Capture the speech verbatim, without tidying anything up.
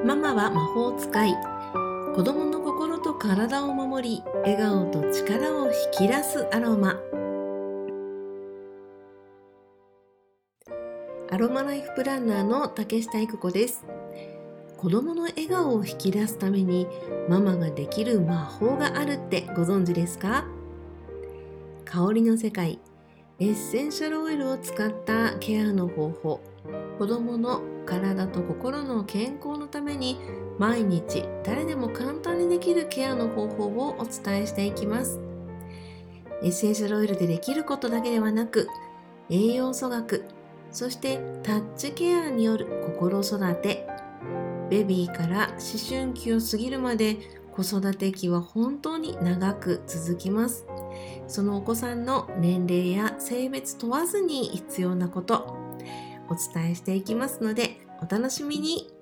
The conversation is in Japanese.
ママは魔法使い。子供の心と体を守り、笑顔と力を引き出すアロマ。アロマライフプランナーの竹下育子です。子供の笑顔を引き出すためにママができる魔法があるってご存知ですか？香りの世界、エッセンシャルオイルを使ったケアの方法、子供の体と心の健康のために毎日誰でも簡単にできるケアの方法をお伝えしていきます。エッセンシャルオイルでできることだけではなく、栄養素学、そしてタッチケアによる心育て、ベビーから思春期を過ぎるまで子育て期は本当に長く続きます。そのお子さんの年齢や性別問わずに必要なこと、お伝えしていきますのでお楽しみに。